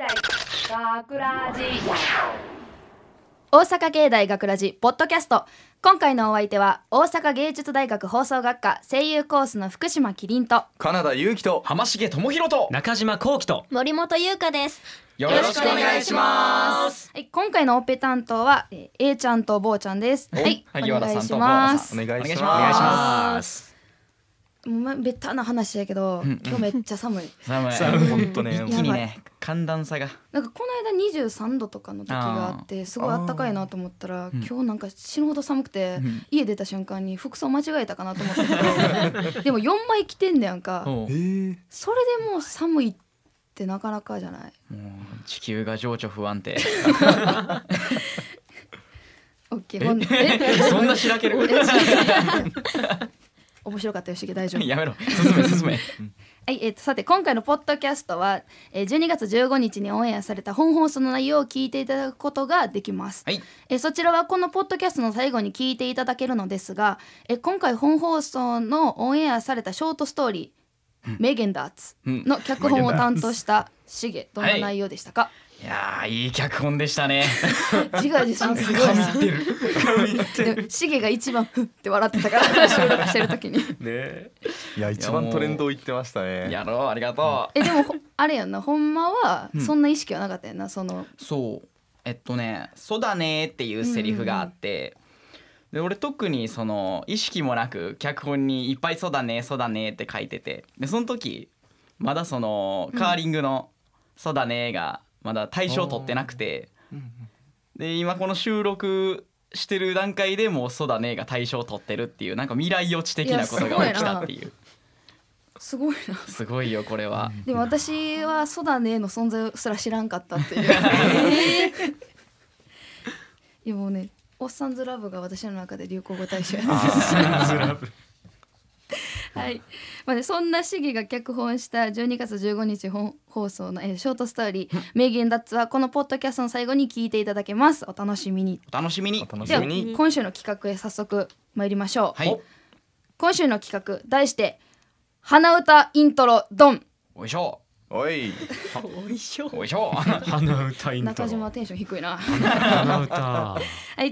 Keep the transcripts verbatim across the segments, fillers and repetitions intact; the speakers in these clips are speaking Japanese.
大学ラジ大阪芸大学ラジポッドキャスト。今回のお相手は大阪芸術大学放送学科声優コースの福島キリンと金田裕貴と浜重智弘と中島幸喜と森本優香です。 よろしくお願いします。 はい、今回のオペ担当は、えー、A ちゃんと坊ちゃんです。はい、 萩お願いし原さんとます。 お願いします。 お願いします。 まベタな話やけど、 うんうん、 今日めっちゃ寒い。 寒い。 本当ね。 一気にね寒暖差が。 なんかこの間にじゅうさんどとかの時があってすごい暖かいなと思ったら、今日なんか死ぬほど寒くて、うん、家出た瞬間に服装間違えたかなと思ったけどでもよんまい着てんねやんか。それでもう寒いってなかなかじゃない。 もう地球が情緒不安定オッケー。 えそんなしらける面白かったよしげ大丈夫。 やめろ進め進めはい、えー、とさて今回のポッドキャストは、えー、じゅうにがつじゅうごにちにオンエアされた本放送の内容を聞いていただくことができます、 はい。 えー、そちらはこのポッドキャストの最後に聞いていただけるのですが、えー、今回本放送のオンエアされたショートストーリー、うん、メーゲンダーツの脚本を担当したしげ、どんな内容でしたか？はいいやいい脚本でしたね。 自画自賛すごいな。でもしげが一番ふって笑ってたから収録してる時にね。いや一番トレンドを言ってましたね。 やろうありがとう。 えでもあれやんな、ほんまはそんな意識はなかったやんな、うん、そのそうえっとねそうだねっていうセリフがあって、うんうん、で俺特にその意識もなく脚本にいっぱいそうだねそうだねって書いてて、でその時まだそのカーリングのそうだねがまだ大賞取ってなくて、で今この収録してる段階でもうそうだねが大賞取ってるっていう、なんか未来予知的なことが起きたっていう。 すごいな。 すごいよこれは。 でも私はそうだねの存在すら知らんかったっていう。えー、いやもうね、おっさんずラブが私の中で流行語大賞やった。おっさんずラブはい、まあね、そんな市議が脚本したじゅうにがつじゅうごにち本放送の、えー、ショートストーリー名言ダッツはこのポッドキャストの最後に聞いていただけます。お楽しみに。 お楽しみに。 では今週の企画へ早速参りましょう、はい、今週の企画題して鼻歌イントロドン。 おいしょおいおいしょおいしょ鼻歌イントロ。 中島テンション低いな。 鼻歌はい、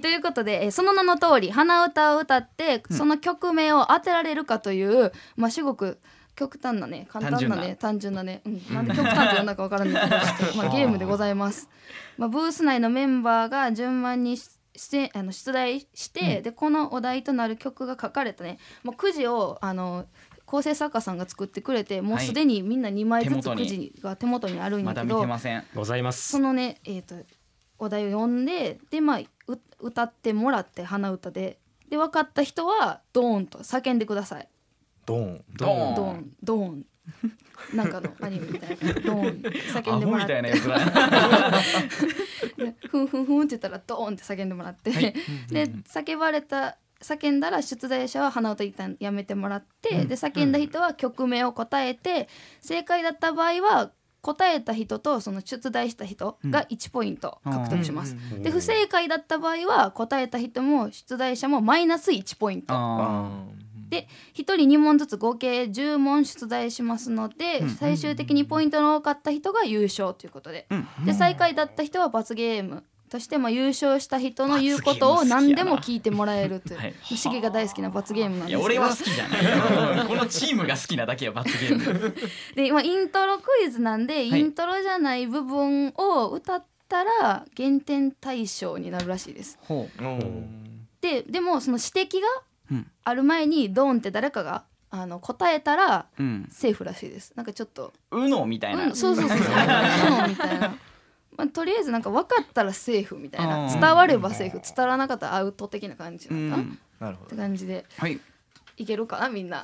ということで、えその名の通り鼻歌を歌ってその曲名を当てられるかという、うん、まあ至極極端なね簡単なね単純なね、うん、なんで極端って呼んだか分からないけど、まあ、ゲームでございます。まあ、ブース内のメンバーが順番にしてあの出題して、うん、でこのお題となる曲が書かれたね、もうくじをあの構成作家さんが作ってくれて、もうすでにみんなにまいずつくじが手元にあるんやけど、 まだ見てません。 ございます。 そのね、えーと、お題を読んで、で、まあ、歌ってもらって鼻歌で、で分かった人はドーンと叫んでください。 ドーンドーンドーンドーンなんかのアニメみたいなドーン叫んでもらって、 アホみたいなやつだふんふんふんって言ったらドーンって叫んでもらって、はい、で叫ばれた叫んだら出題者は鼻歌一旦やめてもらって、うん、で叫んだ人は曲名を答えて、正解だった場合は答えた人とその出題した人がいちポイント獲得します、うん、で不正解だった場合は答えた人も出題者もマイナスいちポイントで、ひとりにもんずつ合計じゅうもん出題しますので、うん、最終的にポイントの多かった人が優勝ということで、うん、で最下位だった人は罰ゲームとして、まあ優勝した人の言うことを何でも聞いてもらえるという、はい、シゲが大好きな罰ゲームなんですけど、 いや俺は好きじゃないこのチームが好きなだけよ罰ゲームで今イントロクイズなんで、はい、イントロじゃない部分を歌ったら減点対象になるらしいです。ほうででもその指摘がある前にドーンって誰かがあの答えたらセーフらしいです。なんかちょっとウノみたいな、 うん、そうそうそうそうウノみたいなまあ、とりあえずなんか分かったらセーフみたいな、伝わればセーフ、伝わらなかったらアウト的な感じなのかな、うん、なるほどって感じで、はい、いけるかなみんな、はい、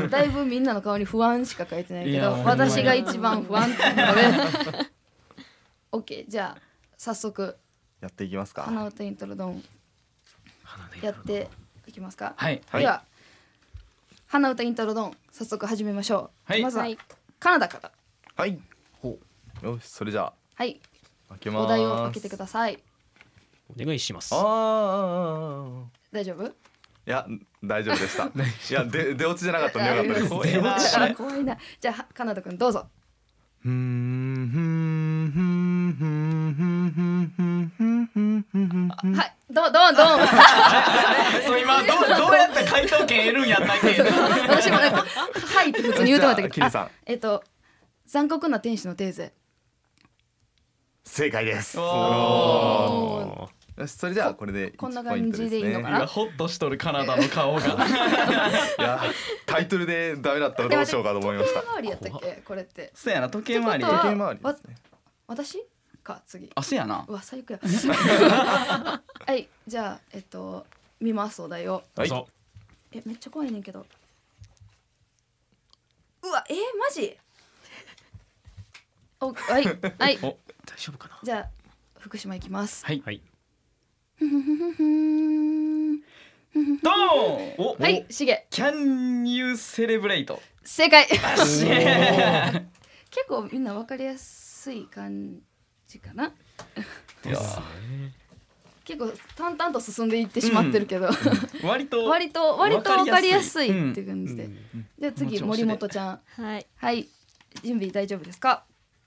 だいぶみんなの顔に不安しか書いてないけど、私が一番不安っていうのでOK じゃあ早速やっていきますか。 鼻歌イントロドンやっていきますか。 はい、 では鼻歌イントロドン早速始めましょう、はい、まずはカナダからはいほうよしそれじゃあはい、 開けます。 お題を開けてください。 お願いします。 ああ大丈夫？いや大丈夫でした。いやで出落ちじゃなかったんでよかったです。 出落ち怖いな。じゃあカナダ君どうぞ。 ふんふんはいどんどんどんそう今どうどうやって回答権得るんやったっけ私もなんかはいって普通に言うと思ったけどじゃあキリさんあえっと残酷な天使のテーゼ正解ですおおよしそれじゃあこれでいちこんなポイント感じでいいのかないやホッとしとるカナダの顔がいやタイトルでダメだったらどうしようかと思いました時計回りやったっけこれってそうやな時計回りってことは時計回りですね私か次あそうやなうわ最悪やはいじゃあえっと見ますお題をはいどうぞえめっちゃ怖いねんけどうわえー、マジおはいはいお大丈夫かなじゃあ福島行きますはいはいふふふふふんドーンおはいしげ Can you celebrate 正解あし結構みんな分かりやすい感じかないや結構淡々と進んでいってしまってるけど、 割と割と割と分かりやすいうんっていう感じで、じゃあも次ちろんして森本ちゃんはい。 はい準備大丈夫ですか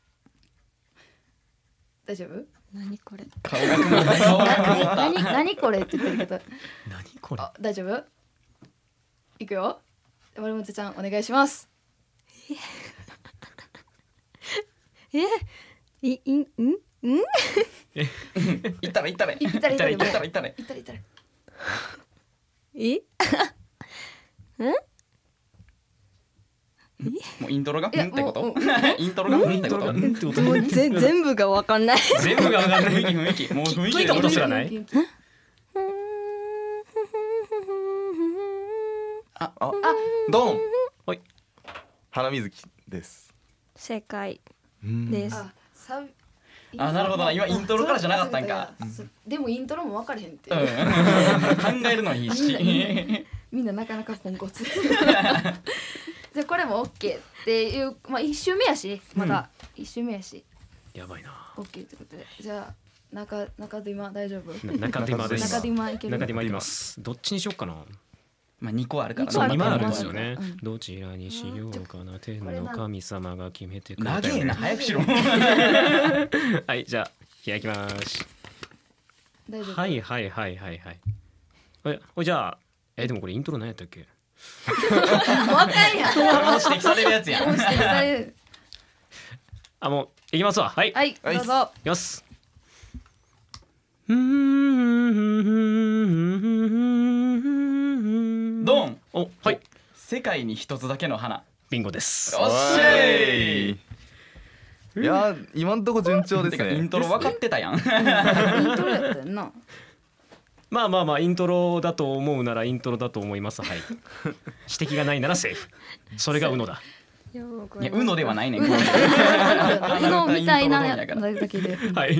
大丈夫何これ。 顔が曇った顔が曇った何何これって言ってるけど何これあ大丈夫いくよ森本ちゃんお願いしますえ、い、い、ん、ん、ん。 いったらいったらいいったらいったらいいったらいったらいったらいったらえ。 もうイントロがいやふんってこともうイントロがふんってことうんってこともうぜ、全部がわかんない。 全部がわかんない雰囲気雰囲気もう雰囲気聞いたことすらない元気元気あドンはい花水木です正解うんです。 あサビあなるほどな今イントロからじゃなかったんかそうでもイントロも分かれへんって、 うん考えるのに必死みんななかなかポンコツじゃあこれも OK っていうまあ一周目やしまだ一周目やしやばいな OK ってことでじゃあ中中島大丈夫中島です中島いける中島いきますどっちにしようかなまあにこあるからそうに二個あるからまいあるんですよねうんどちらにしようかな天これなの神様が決めてくれた長えな早くしろはいじゃあ開きます大丈夫はいはいはいはいはいえおいじゃあえでもこれイントロ何やったっけもうあかんやんこれも指摘されるやつやんもう指摘されるあもういきますわはいはいどうぞいきますうーんドンおはい世界に一つだけの花ビンゴですおっしゃいいや今んとこ順調ですてかイねントロ分かってたやんイントロやったよなまあまあまあイントロだと思うならイントロだと思いますはい指摘がないならセーフそれがウノだいや、もうこれ。 いやウノではないねんこれうのみたいなやイントロドンやからだけではい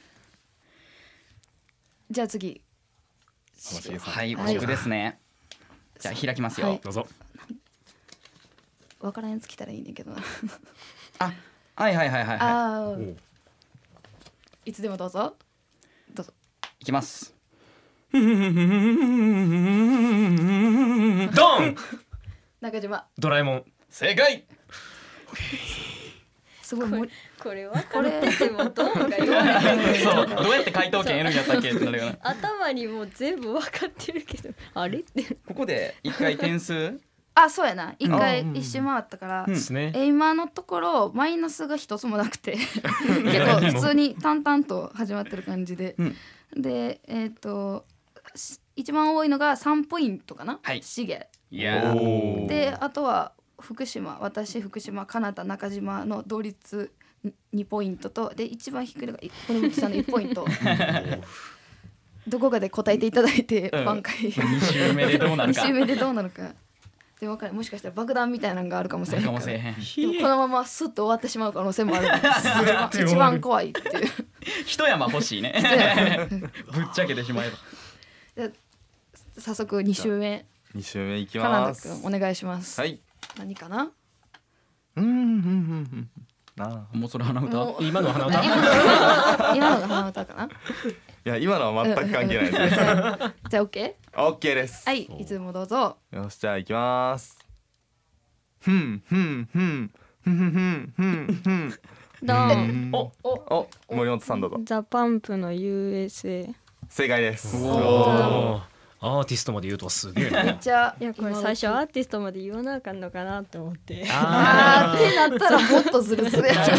じゃあ次浜重さんはいはい僕ですねじゃあ開きますよ、 はいどうぞ分からんやつ来たらいいねんけどなあはいはいはいはいはああおういつでもどうぞどうぞいいきますドン中島ドラえもん正解すごい盛りこれ分かっててもどうが言われへん。 そうどうやって回答権得るんやったっけってなるよな頭にもう全部分かってるけど、あれって。 ここで一回点数あそうやな一回うん一周回ったから、 うんですねえ今のところマイナスが一つもなくて結構普通に淡々と始まってる感じで、 うんでえっ、とし一番多いのがさんポイントかな、 はいシゲいやーおーであとは福島私福島カナダ中島の同率にポイントとで一番低いのが堀本さんのいちポイントどこかで答えていただいてうん挽回に週目でどうなる 2 か週目でどうなるかで分かるもしかしたら爆弾みたいなのがあるかもしれないかもしれへんでもこのままスッと終わってしまう可能性もある一番一番怖いっていう一山欲しいねぶっちゃけてしまえばで早速に週目に週目いきカナダます君お願いします、 はい何かなうんうんうんうんなあもうそれ鼻歌もう今の鼻歌今の今のが鼻歌かないや今のは全く関係ないですねじゃあ OK? オッケーですはいいつでもどうぞよしじゃあ行きますふんふんふんふんふんふんふんドン。 おお森本さんどうぞ。 ザパンプの ユーエスエー。 正解です。 おーアーティストまで言うとはすげえなめっちゃいやこれ最初アーティストまで言わなあかんのかなって思ってあーってなったらもっとズルズルやった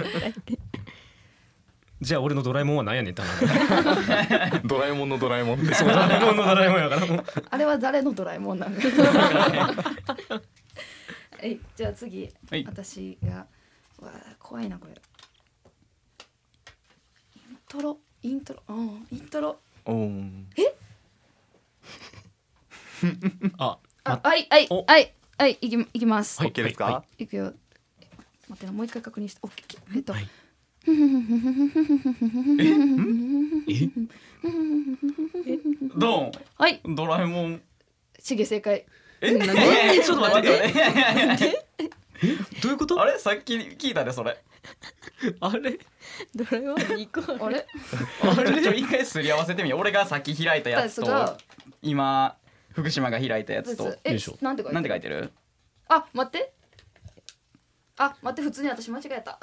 じゃあ俺のドラえもんは何やねんって話ドラえもんのドラえもんでそうドラえもんのドラえもんやからもうあれは誰のドラえもんなんだはいじゃあ次、 はい、 私がわあ怖いなこれイントロイントロうんイントロおーえああはいはいおはいはいいきいきます、 はい OK ですか、 はいいくよ待ってなもう一回確認してオッケーえっと、 はいドンはいドラえもんしげ正解えなんでえちょっと待って待ってどういうことあれさっき聞いたでそれあれドラえもんに行こうあれちょちょ一回すり合わせてみよう俺がさっき開いたやつとが今福島が開いたやつとよえいしょなんて書いてるなんて書いてるあ待ってあ待って普通に私間違えた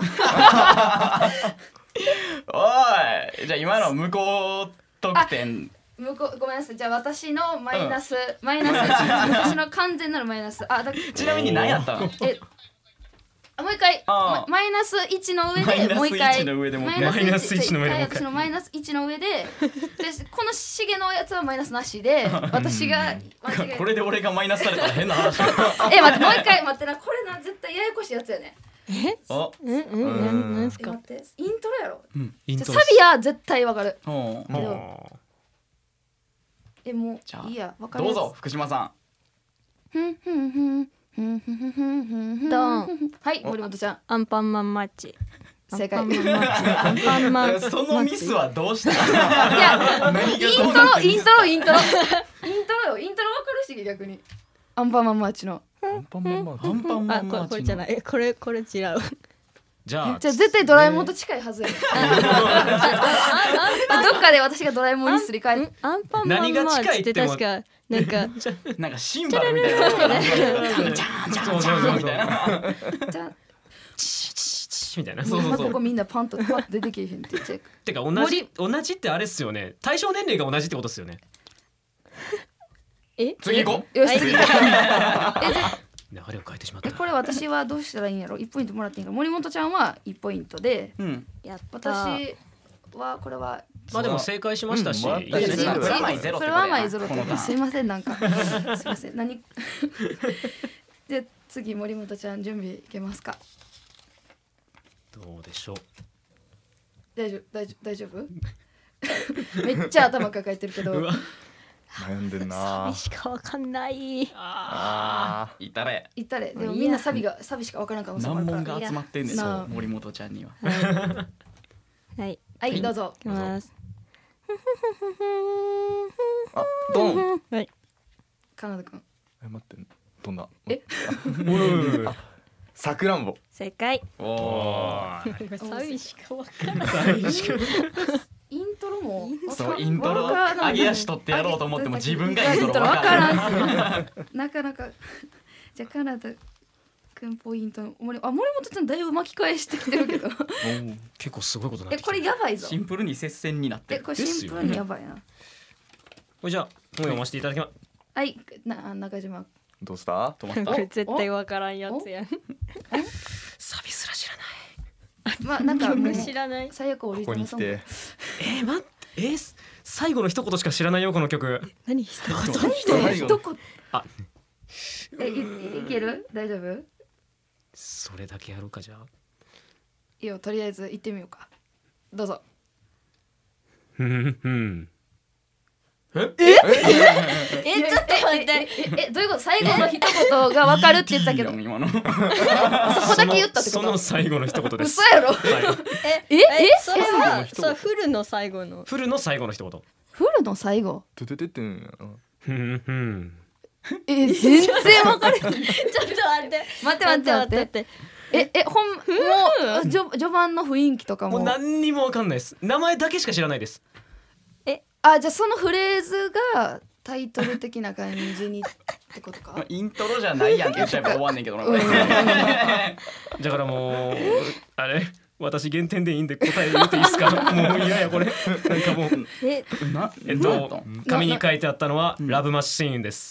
おいじゃあ今の無効得点向こうごめんなさいじゃあ私のマイナス、マイナス私の完全なるマイナスあだちなみに何やったのえあもう一回あママイナスいちの上マイナスでもう一回いちの上でもう一回マイナスマイナスいちの上でもう一回私のマイナスいちの上ででこのシゲのやつはマイナスなしで私が間違えこれで俺がマイナスされたら変な話え待ってもう一回待ってなこれな絶対ややこしいやつやねおうんうんなんなんすかえ待ってイントロやろイントじゃあサビは絶対わかるうんけどえもじゃういいやわかるどうぞ福島さふんふんふんふんふんふんふんふんふんドンはい森本ちゃんアンパンマンマッチ正解アンパンマンマッチアンパンマンんそのミスはどうしたいや何がイントロイントロイントロイントロよイントロわかるし逆にアンパンマンマーチのアンパンマンマンアンパンマあこれンマーチこれじゃないえこれこれ違うじゃあじゃあ絶対ドラえもんと近いはずやねどっかで私がドラえもんにすり替えアンパンマンマッチって確かなんかなんかシンバルみたいなそうそうそうそうみたいなじゃあみたいなそうそうそうここみんなパンとパッと出てけえへんって言っちゃうてか同じ同じってあれっすよね対象年齢が同じってことっすよねえ次行こよし次えじゃあ流れを変えてしまったえこれ私はどうしたらいいんやろいちポイントもらっていいんか森本ちゃんはいちポイントでううんやった私はこれはまあでも正解しましたしうんいいですねまあプラマイゼロっそれてことやなはまあゼロってこのターンすいませんなんかすいません何で次森本ちゃん準備いけますかどうでしょう大丈夫大丈夫大丈夫めっちゃ頭抱えてるけどうわ悩んでんなサビしかわかんないあいたれ言ったれでもみんなサビがサビしかわからんかもしれ難ないから問が集まってんねんなあそう森本ちゃんにははいはいどうぞいきますあドンはいカナダ君え待ってどんなえおいおいおいさくらんぼ正解おおサビしかわからないイントロもそうイントロわからん上げ足取ってやろうと思っても自分がイントロわかわからんらんってなかなかじゃあカナダ君ポイント森あ森本ちゃんだいぶ巻き返してきてるけど結構すごいことになってきたえこれやばいぞシンプルに接戦になってるえこれシンプルにやばいなこれじゃあもう読ませていただきますはいな中島どうした止まったこれ絶対わからんやつやんサビすら知らないまあなんかもう曲知らない最悪オリここに来ジナルソングてえー、待ってえーす最後の一言しか知らないよこの曲何した一言あえいいける大丈夫それだけやろうかじゃあいいよとりあえず行ってみようかどうぞふんふんえちょっと待ってえええどういうこと最後の一言が分かるって言ってたけどいいやん今のそこだけ言ったってそのこと最後の一言です嘘やろはいえええそれは一言そうフルの最後のフルの最後の一言フルの最後トゥトゥトゥトゥンふんふんえ全然分かるちょっと待って待って待って待ってええほんもう序序盤の雰囲気とかもうも何にもわかんないです名前だけしか知らないですあじゃあそのフレーズがタイトル的な感じにってことかイントロじゃないやんって言っちゃえば終わんねんけどなこれうんだからもうあれ私減点でいいんで答え言っていいですかもう嫌やこれなんかもうえなえっとなんだった紙に書いてあったのはんラブマシーンです。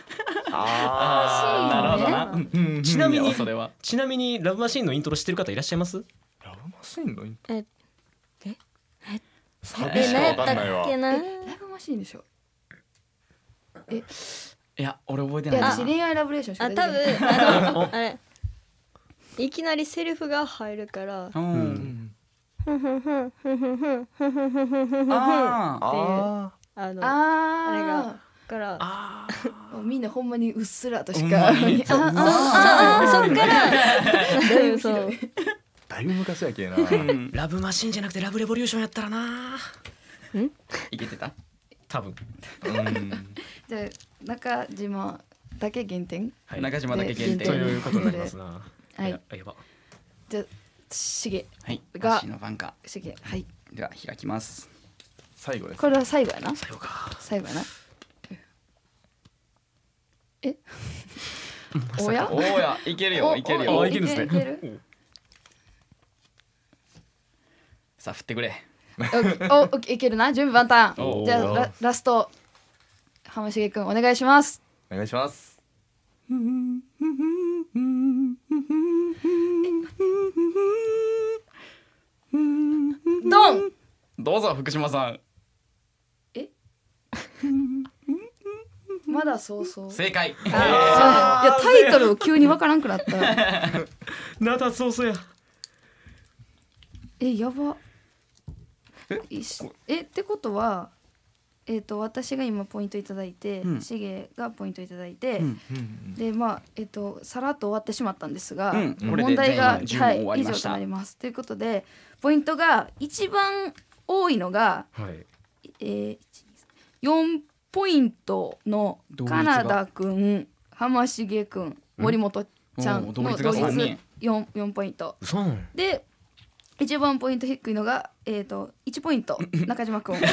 あなるほどな、うんうんうんちなみにいやそれはちなみにラブマシーンのイントロ知ってる方いらっしゃいます？ ーラブマシンのインええサビしかえ何やったわかんないわっけな。 ラブマシーンでしょ。 いや俺覚えていないなや私恋愛ラブレーションしかあ多出てない分あのあれいきなりセリフが入るから。 ううんんふんふんふんふんふんふんふんふんふんふんふんふんあああのあーあれがからあもうみんなほんまにうっすらとしほんかまにあああそっからだいぶそう広いーだいぶ昔やけなうんラブマシーンじゃなくてラブレボリューションやったらな。 いけてた多分、 うんじゃあ中島だけ減点。 はい、 中島だけ限定でということになりますな。 はいややば。 じゃあしげはいが私の番かしげはいでは開きます。 最後ですこれは最後やな最後か。 最後やなえおやおーやいけるよおいけるおよあいけるんですね。 いけるいけるさあ振ってくれ。 おおいけるな準備万端おーじゃあララスト浜重くんお願いしますお願いしますドンどうぞ福島さんまだそうそう正解。 あーいやタイトル急にわからんくなったなたそうそうや。 えやばいしえってことはえっ、と私が今ポイントいただいて、 うんしげがポイントいただいて、 うんうんうんでまあえっ、とさらっと終わってしまったんですが、 うんこれで問題が全員はいじゅう問終わりました以上となりますということでポイントが一番多いのが、 はい。 えー、よんポイントの同率がカナダくん浜重くん森本ちゃんのおー同率がさんにん 4, 4ポイントうそん。 で一番ポイント低いのが、えー、といちポイント中島くんこれ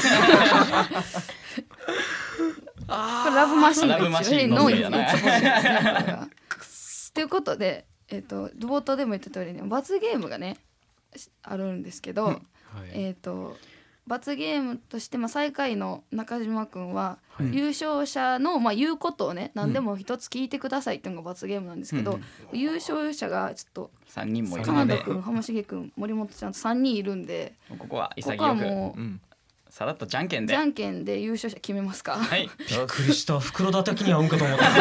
ラブマシーンラブマシーンののいちせいやなポイントですねこれがということで、えー、と冒頭でも言った通りね罰ゲームがねあるんですけど、 はい。 えー、と罰ゲームとして、まあ、最下位の中島くんは、 はい優勝者の、まあ、言うことをね何でも一つ聞いてくださいっていうのが罰ゲームなんですけど、 うん優勝者がちょっと三人もいるカのでナダくん浜重くん森本ちゃんとさんにんいるんでここはここは潔くもうんさらっとじゃんけんでうじゃんけんで優勝者決めますか。 はいびっくりした。袋田的に合うんかと思った。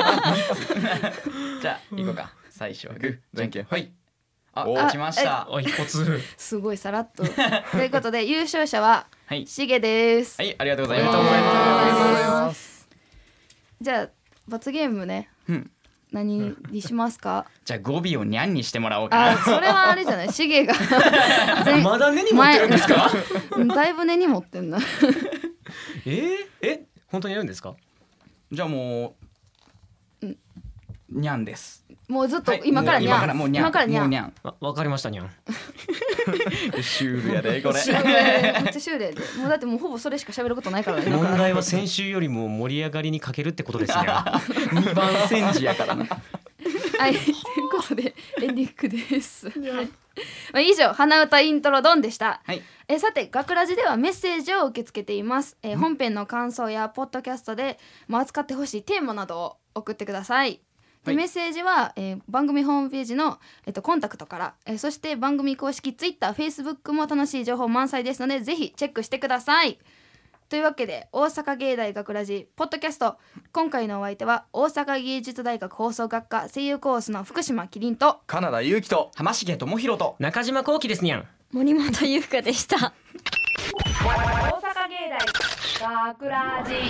じゃあ行こうか最初はグーじゃんけんはいあお勝ちましたあ、一発。 すごいさらっとということで優勝者ははいしげです、 はいありがとうございありますがとうございますありがとうございますじゃあ罰ゲームねうん何にしますか。 じゃあ語尾をにゃんにしてもらおうかあなそれはあれじゃないしげが前まだ根に持ってるんですか？ 前だいぶ根に持ってんなえー、え、本当にやるんですか？ じゃあもううんにゃんですもうずっとはい今からにゃん、 もう今からもうにゃん今からにゃもうんにゃんあ、わかりましたにゃん。 シュールやでこれシューレめっちゃシューレでもうだってもうほぼそれしか喋ることないからね今から問題は先週よりも盛り上がりに欠けるってことですね。 にばん煎じやからなはいということでエンディングです、はいまあ、以上鼻歌イントロドンでした。 はいえさて学ラジではメッセージを受け付けています、えー本編の感想やポッドキャストで、まあ、扱ってほしいテーマなどを送ってください。ではいメッセージは、えー番組ホームページの、えっと、コンタクトから、えーそして番組公式 Twitter、Facebook も楽しい情報満載ですのでぜひチェックしてください。というわけで大阪芸大学ラジポッドキャスト今回のお相手は大阪芸術大学放送学科声優コースの福島キリンとカナダ勇気と浜重智弘と中島幸喜ですにゃん。 森本優香でした大阪芸大学ラジ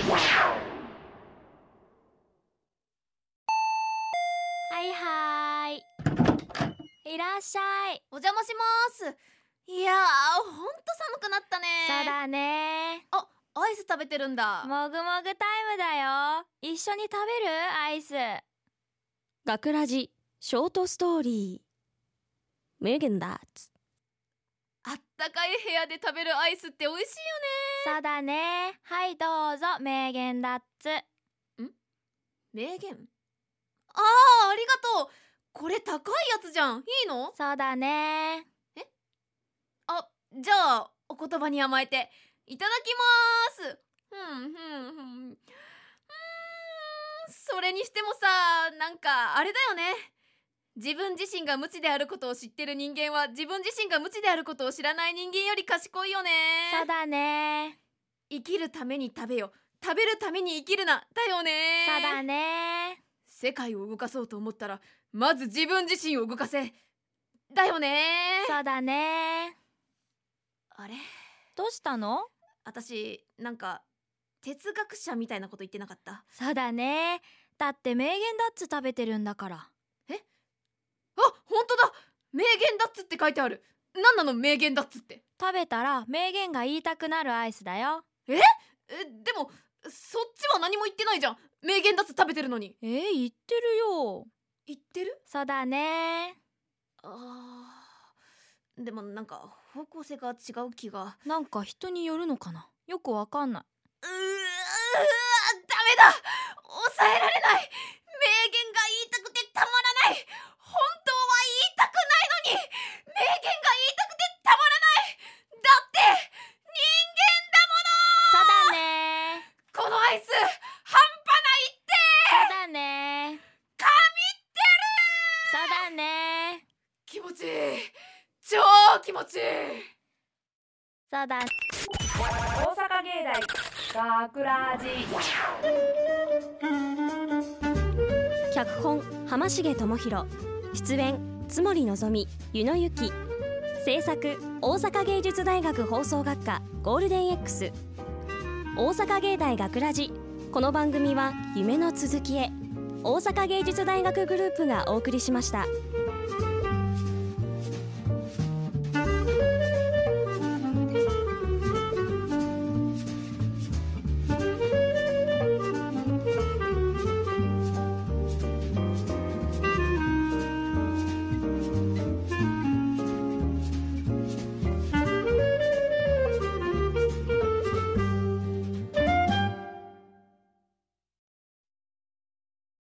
はいはーい。いらっしゃい。 お邪魔します。いやー、ほんと寒くなったね。 そうだね。 あ、アイス食べてるんだ。 もぐもぐタイムだよ。一緒に食べるアイス。 学ラジショートストーリーメーゲンダーツあったかい部屋で食べるアイスって美味しいよね。 そうだね。はいどうぞ名言だっつ。 名言？あー、ありがとう。これ高いやつじゃん。いいの？ そうだね。 じゃあお言葉に甘えていただきます。ふんふんふん。うーん、それにしてもさ、なんかあれだよね。自分自身が無知であることを知ってる人間は自分自身が無知であることを知らない人間より賢いよね。 そうだね。 生きるために食べよ、食べるために生きるな、だよね。 そうだね。 世界を動かそうと思ったらまず自分自身を動かせ、だよね。 そうだね。 あれ、 どうしたの？ 私なんか哲学者みたいなこと言ってなかった？ そうだね。だって名言ダッツ食べてるんだから。 あ、本当だ、名言ダッツって書いてある。なんなの名言ダッツって。 食べたら名言が言いたくなるアイスだよ。 ええ、でもそっちは何も言ってないじゃん。名言ダッツ食べてるのに。 えー、言ってるよ。 言ってる？ そうだね。 あー、でもなんか方向性が違う気が。 なんか人によるのかな、よくわかんない。 うー、ダメだ、抑えられない。名言が言いたくてたまらない。本当は言いたくないのに名言が言いたくてたまらない。だって人間だもの。 そうだね。 このアイス半端ないって。 そうだね。 神ってる。 そうだね。 気持ちいい、超気持ちいい。 そうだ。 大阪芸大学ラジ。 脚本浜重智弘、出演津森のぞみ、湯野由紀、制作大阪芸術大学放送学科ゴールデン X、 大阪芸大学ラジ。この番組は夢の続きへ大阪芸術大学グループがお送りしました。